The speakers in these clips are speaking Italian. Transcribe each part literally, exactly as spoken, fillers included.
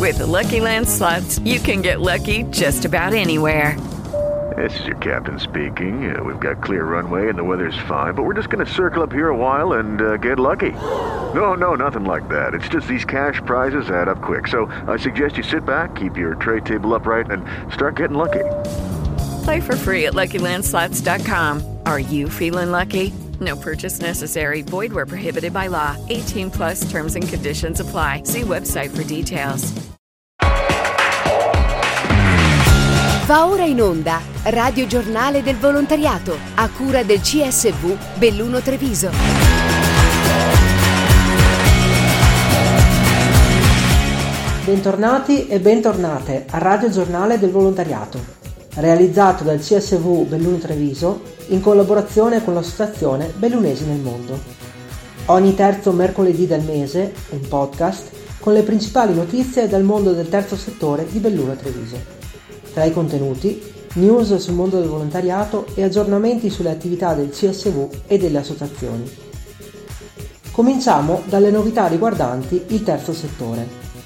With the Lucky Land Slots, you can get lucky just about anywhere. This is your captain speaking. Uh, we've got clear runway and the weather's fine, but we're just going to circle up here a while and uh, get lucky. No, no, nothing like that. It's just these cash prizes add up quick. So I suggest you sit back, keep your tray table upright, and start getting lucky. Play for free at Lucky Land Slots dot com. Are you feeling lucky? No purchase necessary. Void where prohibited by law. eighteen plus terms and conditions apply. See website for details. Va ora in onda Radio Giornale del Volontariato, a cura del C S V Belluno Treviso. Bentornati e bentornate a Radio Giornale del Volontariato, realizzato dal C S V Belluno Treviso in collaborazione con l'associazione Bellunesi nel Mondo. Ogni terzo mercoledì del mese, un podcast con le principali notizie dal mondo del terzo settore di Belluno Treviso. Tra i contenuti, news sul mondo del volontariato e aggiornamenti sulle attività del C S V e delle associazioni. Cominciamo dalle novità riguardanti il terzo settore.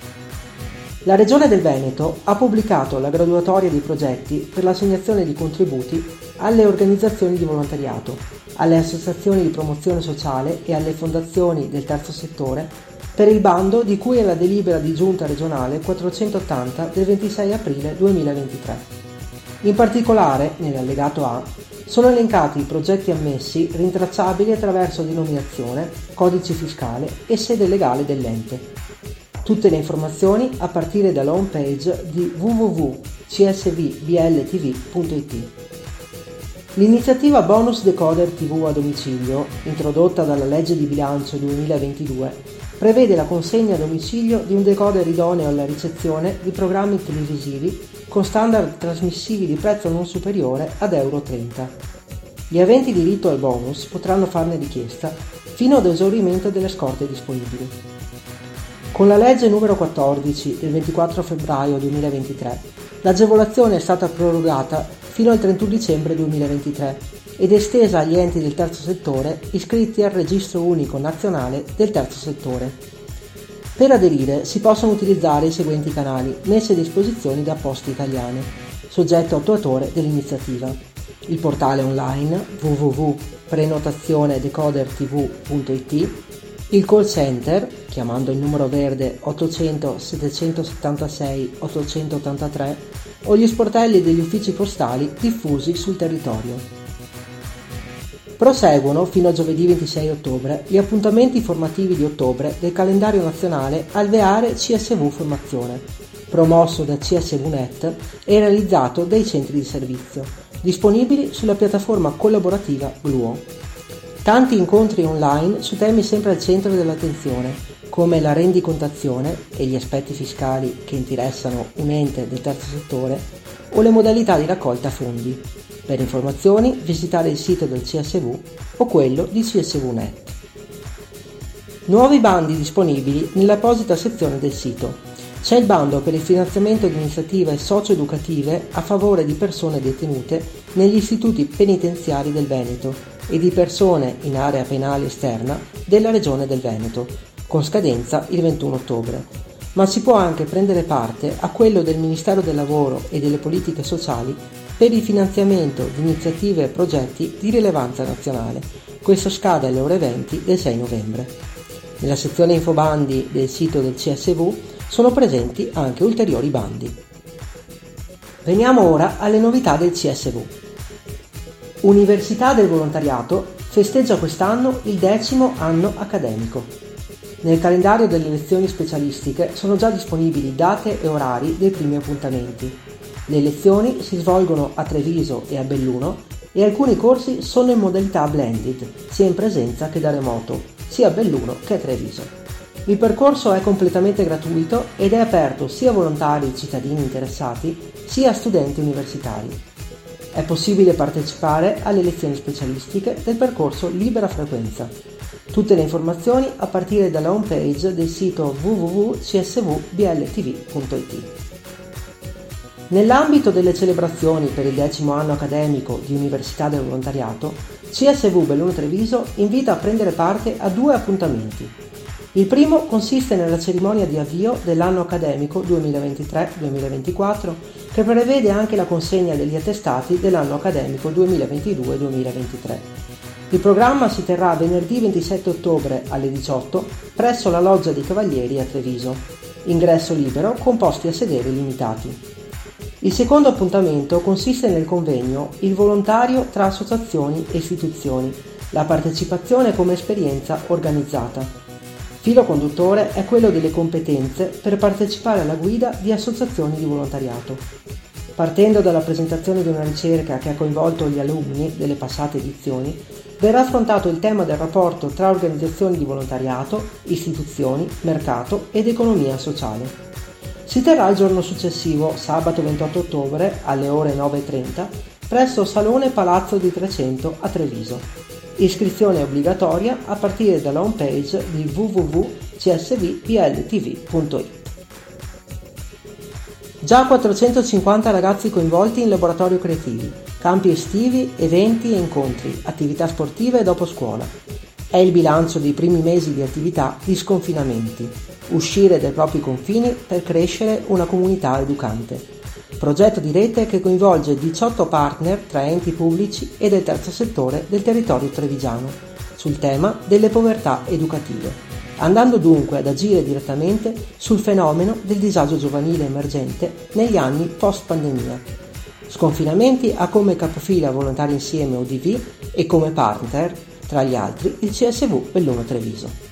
La Regione del Veneto ha pubblicato la graduatoria di progetti per l'assegnazione di contributi alle organizzazioni di volontariato, alle associazioni di promozione sociale e alle fondazioni del terzo settore per il bando di cui è la delibera di giunta regionale quattrocentottanta del ventisei aprile duemilaventitré. In particolare, nell'allegato A, sono elencati i progetti ammessi rintracciabili attraverso denominazione, codice fiscale e sede legale dell'ente. Tutte le informazioni a partire dalla home page di w w w punto c s v b l t v punto i t. L'iniziativa Bonus Decoder T V a domicilio, introdotta dalla legge di bilancio duemilaventidue, prevede la consegna a domicilio di un decoder idoneo alla ricezione di programmi televisivi con standard trasmissivi di prezzo non superiore ad euro trenta. Gli aventi diritto al bonus potranno farne richiesta fino ad esaurimento delle scorte disponibili. Con la legge numero quattordici del ventiquattro febbraio duemilaventitré, l'agevolazione è stata prorogata fino al trentuno dicembre duemilaventitré ed estesa agli enti del terzo settore iscritti al Registro Unico Nazionale del Terzo Settore. Per aderire si possono utilizzare i seguenti canali messi a disposizione da Poste Italiane, soggetto attuatore dell'iniziativa: il portale online w w w punto prenotazionedecodertv punto i t, il call center, chiamando il numero verde ottocento settecentosettantasei ottocentottantatré, o gli sportelli degli uffici postali diffusi sul territorio. Proseguono fino a giovedì ventisei ottobre gli appuntamenti formativi di ottobre del calendario nazionale Alveare C S V Formazione, promosso da C S V Net e realizzato dai centri di servizio, disponibili sulla piattaforma collaborativa Gluo. Tanti incontri online su temi sempre al centro dell'attenzione, come la rendicontazione e gli aspetti fiscali che interessano un ente del terzo settore o le modalità di raccolta fondi. Per informazioni visitare il sito del C S V o quello di C S V Net. Nuovi bandi disponibili nell'apposita sezione del sito. C'è il bando per il finanziamento di iniziative socio-educative a favore di persone detenute negli istituti penitenziari del Veneto e di persone in area penale esterna della Regione del Veneto, con scadenza il ventuno ottobre. Ma si può anche prendere parte a quello del Ministero del Lavoro e delle Politiche Sociali per il finanziamento di iniziative e progetti di rilevanza nazionale. Questo scade alle ore venti del sei novembre. Nella sezione infobandi del sito del C S V sono presenti anche ulteriori bandi. Veniamo ora alle novità del C S V. Università del Volontariato festeggia quest'anno il decimo anno accademico. Nel calendario delle lezioni specialistiche sono già disponibili date e orari dei primi appuntamenti. Le lezioni si svolgono a Treviso e a Belluno e alcuni corsi sono in modalità blended, sia in presenza che da remoto, sia a Belluno che a Treviso. Il percorso è completamente gratuito ed è aperto sia a volontari e cittadini interessati, sia a studenti universitari. È possibile partecipare alle lezioni specialistiche del percorso Libera Frequenza. Tutte le informazioni a partire dalla home page del sito w w w punto c s v b l t v punto i t. Nell'ambito delle celebrazioni per il decimo anno accademico di Università del Volontariato, C S V Belluno Treviso invita a prendere parte a due appuntamenti. Il primo consiste nella cerimonia di avvio dell'anno accademico duemilaventitré duemilaventiquattro, che prevede anche la consegna degli attestati dell'anno accademico duemilaventidue duemilaventitré. Il programma si terrà venerdì ventisette ottobre alle diciotto presso la Loggia dei Cavalieri a Treviso. Ingresso libero con posti a sedere limitati. Il secondo appuntamento consiste nel convegno Il volontario tra associazioni e istituzioni, la partecipazione come esperienza organizzata. Filo conduttore è quello delle competenze per partecipare alla guida di associazioni di volontariato. Partendo dalla presentazione di una ricerca che ha coinvolto gli alunni delle passate edizioni, verrà affrontato il tema del rapporto tra organizzazioni di volontariato, istituzioni, mercato ed economia sociale. Si terrà il giorno successivo, sabato ventotto ottobre, alle ore nove e trenta, presso Salone Palazzo di Trecento a Treviso. Iscrizione obbligatoria a partire dalla homepage di w w w punto c s v b l t v punto i t. Già quattrocentocinquanta ragazzi coinvolti in laboratorio creativi, campi estivi, eventi e incontri, attività sportive dopo scuola. È il bilancio dei primi mesi di attività di Sconfinamenti, uscire dai propri confini per crescere una comunità educante. Progetto di rete che coinvolge diciotto partner tra enti pubblici e del terzo settore del territorio trevigiano sul tema delle povertà educative, andando dunque ad agire direttamente sul fenomeno del disagio giovanile emergente negli anni post-pandemia. Sconfinamenti ha come capofila Volontari Insieme O D V e come partner, tra gli altri, il C S V Belluno Treviso.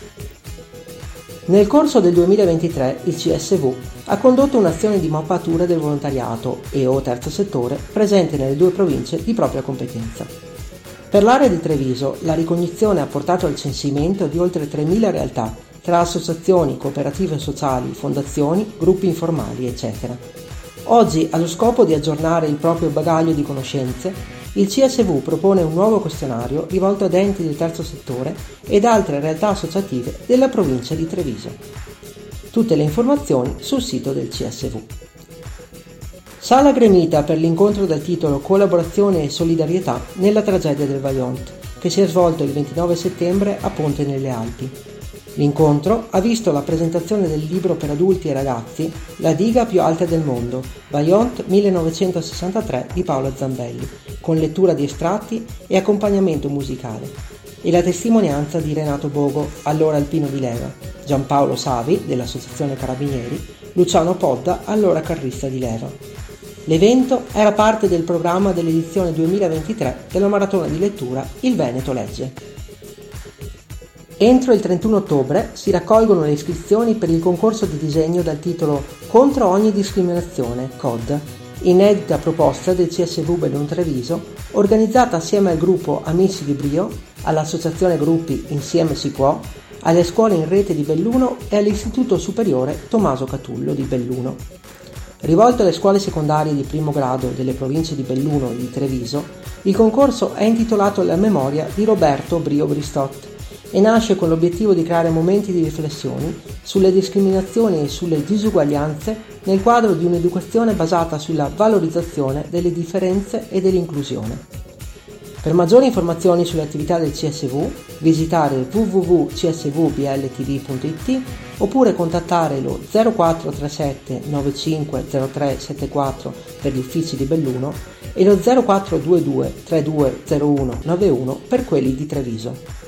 Nel corso del duemilaventitré il C S V ha condotto un'azione di mappatura del volontariato e o terzo settore presente nelle due province di propria competenza. Per l'area di Treviso la ricognizione ha portato al censimento di oltre tremila realtà tra associazioni, cooperative sociali, fondazioni, gruppi informali, eccetera. Oggi, allo scopo di aggiornare il proprio bagaglio di conoscenze, il C S V propone un nuovo questionario rivolto ad enti del terzo settore ed altre realtà associative della provincia di Treviso. Tutte le informazioni sul sito del C S V. Sala gremita per l'incontro dal titolo Collaborazione e solidarietà nella tragedia del Vajont, che si è svolto il ventinove settembre a Ponte nelle Alpi. L'incontro ha visto la presentazione del libro per adulti e ragazzi La diga più alta del mondo, Vajont millenovecentosessantatré di Paolo Zambelli, con lettura di estratti e accompagnamento musicale, e la testimonianza di Renato Bogo, allora alpino di leva, Giampaolo Savi, dell'Associazione Carabinieri, Luciano Podda, allora carrista di leva. L'evento era parte del programma dell'edizione duemilaventitré della maratona di lettura Il Veneto Legge. Entro il trentuno ottobre si raccolgono le iscrizioni per il concorso di disegno dal titolo Contro ogni discriminazione, C O D, inedita proposta del C S V Belluno Treviso, organizzata assieme al gruppo Amici di Brio, all'associazione gruppi Insieme si può, alle scuole in rete di Belluno e all'Istituto Superiore Tommaso Catullo di Belluno. Rivolto alle scuole secondarie di primo grado delle province di Belluno e di Treviso, il concorso è intitolato alla memoria di Roberto Brio Bristot e nasce con l'obiettivo di creare momenti di riflessione sulle discriminazioni e sulle disuguaglianze nel quadro di un'educazione basata sulla valorizzazione delle differenze e dell'inclusione. Per maggiori informazioni sulle attività del C S V, visitare w w w punto c s v b l t v punto i t oppure contattare lo zero quattro tre sette nove cinque zero tre sette quattro per gli uffici di Belluno e lo zero quattro due due tre due zero uno nove uno per quelli di Treviso.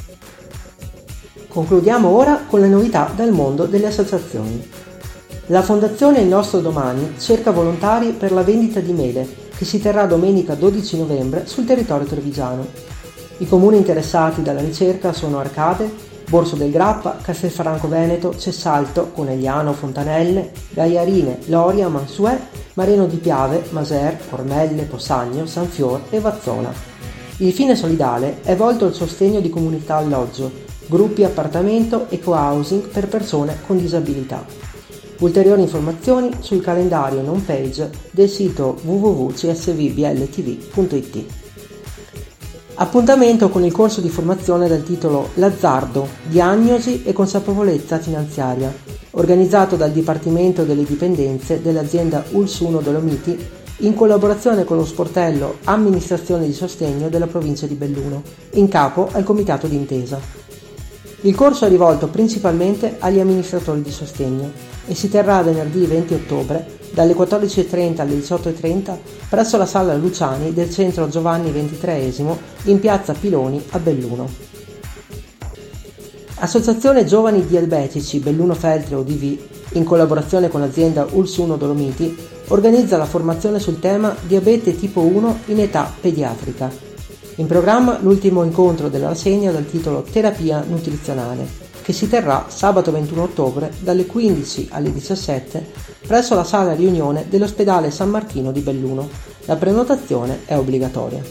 Concludiamo ora con le novità dal mondo delle associazioni. La Fondazione Il Nostro Domani cerca volontari per la vendita di mele, che si terrà domenica dodici novembre sul territorio trevigiano. I comuni interessati dalla ricerca sono Arcade, Borso del Grappa, Castelfranco Veneto, Cessalto, Conegliano, Fontanelle, Gaiarine, Loria, Mansuè, Mareno di Piave, Maser, Cornelle, Possagno, Sanfior e Vazzola. Il fine solidale è volto al sostegno di comunità alloggio, gruppi appartamento e co-housing per persone con disabilità. Ulteriori informazioni sul calendario in homepage del sito w w w punto c s v b l t v punto i t. Appuntamento con il corso di formazione dal titolo L'azzardo, diagnosi e consapevolezza finanziaria, organizzato dal Dipartimento delle Dipendenze dell'azienda Ulsuno Dolomiti in collaborazione con lo sportello Amministrazione di Sostegno della provincia di Belluno, in capo al Comitato d'Intesa. Il corso è rivolto principalmente agli amministratori di sostegno e si terrà venerdì venti ottobre dalle quattordici e trenta alle diciotto e trenta presso la Sala Luciani del Centro Giovanni ventitreesimo in piazza Piloni a Belluno. Associazione Giovani Diabetici Belluno Feltre O D V, in collaborazione con l'azienda Ulls uno Dolomiti, organizza la formazione sul tema Diabete tipo uno in età pediatrica. In programma l'ultimo incontro della rassegna dal titolo Terapia nutrizionale, che si terrà sabato ventuno ottobre dalle quindici alle diciassette presso la sala riunione dell'ospedale San Martino di Belluno. La prenotazione è obbligatoria.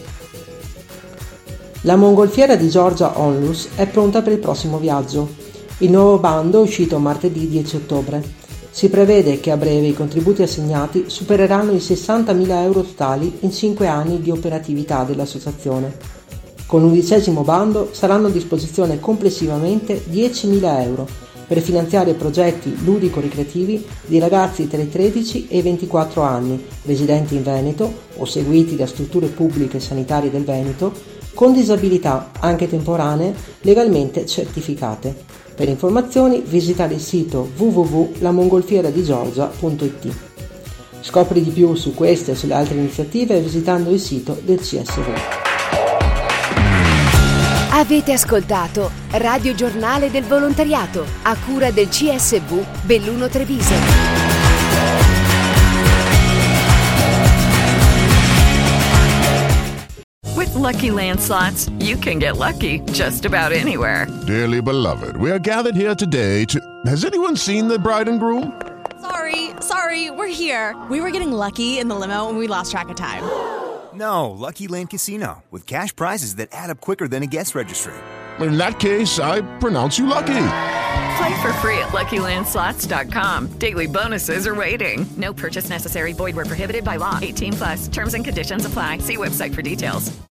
La mongolfiera di Giorgia Onlus è pronta per il prossimo viaggio. Il nuovo bando è uscito martedì dieci ottobre. Si prevede che a breve i contributi assegnati supereranno i sessantamila euro totali in cinque anni di operatività dell'associazione. Con l'undicesimo bando saranno a disposizione complessivamente diecimila euro per finanziare progetti ludico-ricreativi di ragazzi tra i tredici e i ventiquattro anni, residenti in Veneto o seguiti da strutture pubbliche sanitarie del Veneto, con disabilità anche temporanee legalmente certificate. Per informazioni visitare il sito w w w punto la mongolfiera di giorgia punto i t. Scopri di più su queste e sulle altre iniziative visitando il sito del C S V. Avete ascoltato Radio Giornale del Volontariato a cura del C S V Belluno Treviso. With Lucky Land Slots, you can get lucky just about anywhere. Dearly beloved, we are gathered here today to... Has anyone seen the bride and groom? Sorry, sorry, we're here. We were getting lucky in the limo and we lost track of time. No, Lucky Land Casino, with cash prizes that add up quicker than a guest registry. In that case, I pronounce you lucky. Play for free at lucky land slots dot com. Daily bonuses are waiting. No purchase necessary. Void where prohibited by law. eighteen plus. Terms and conditions apply. See website for details.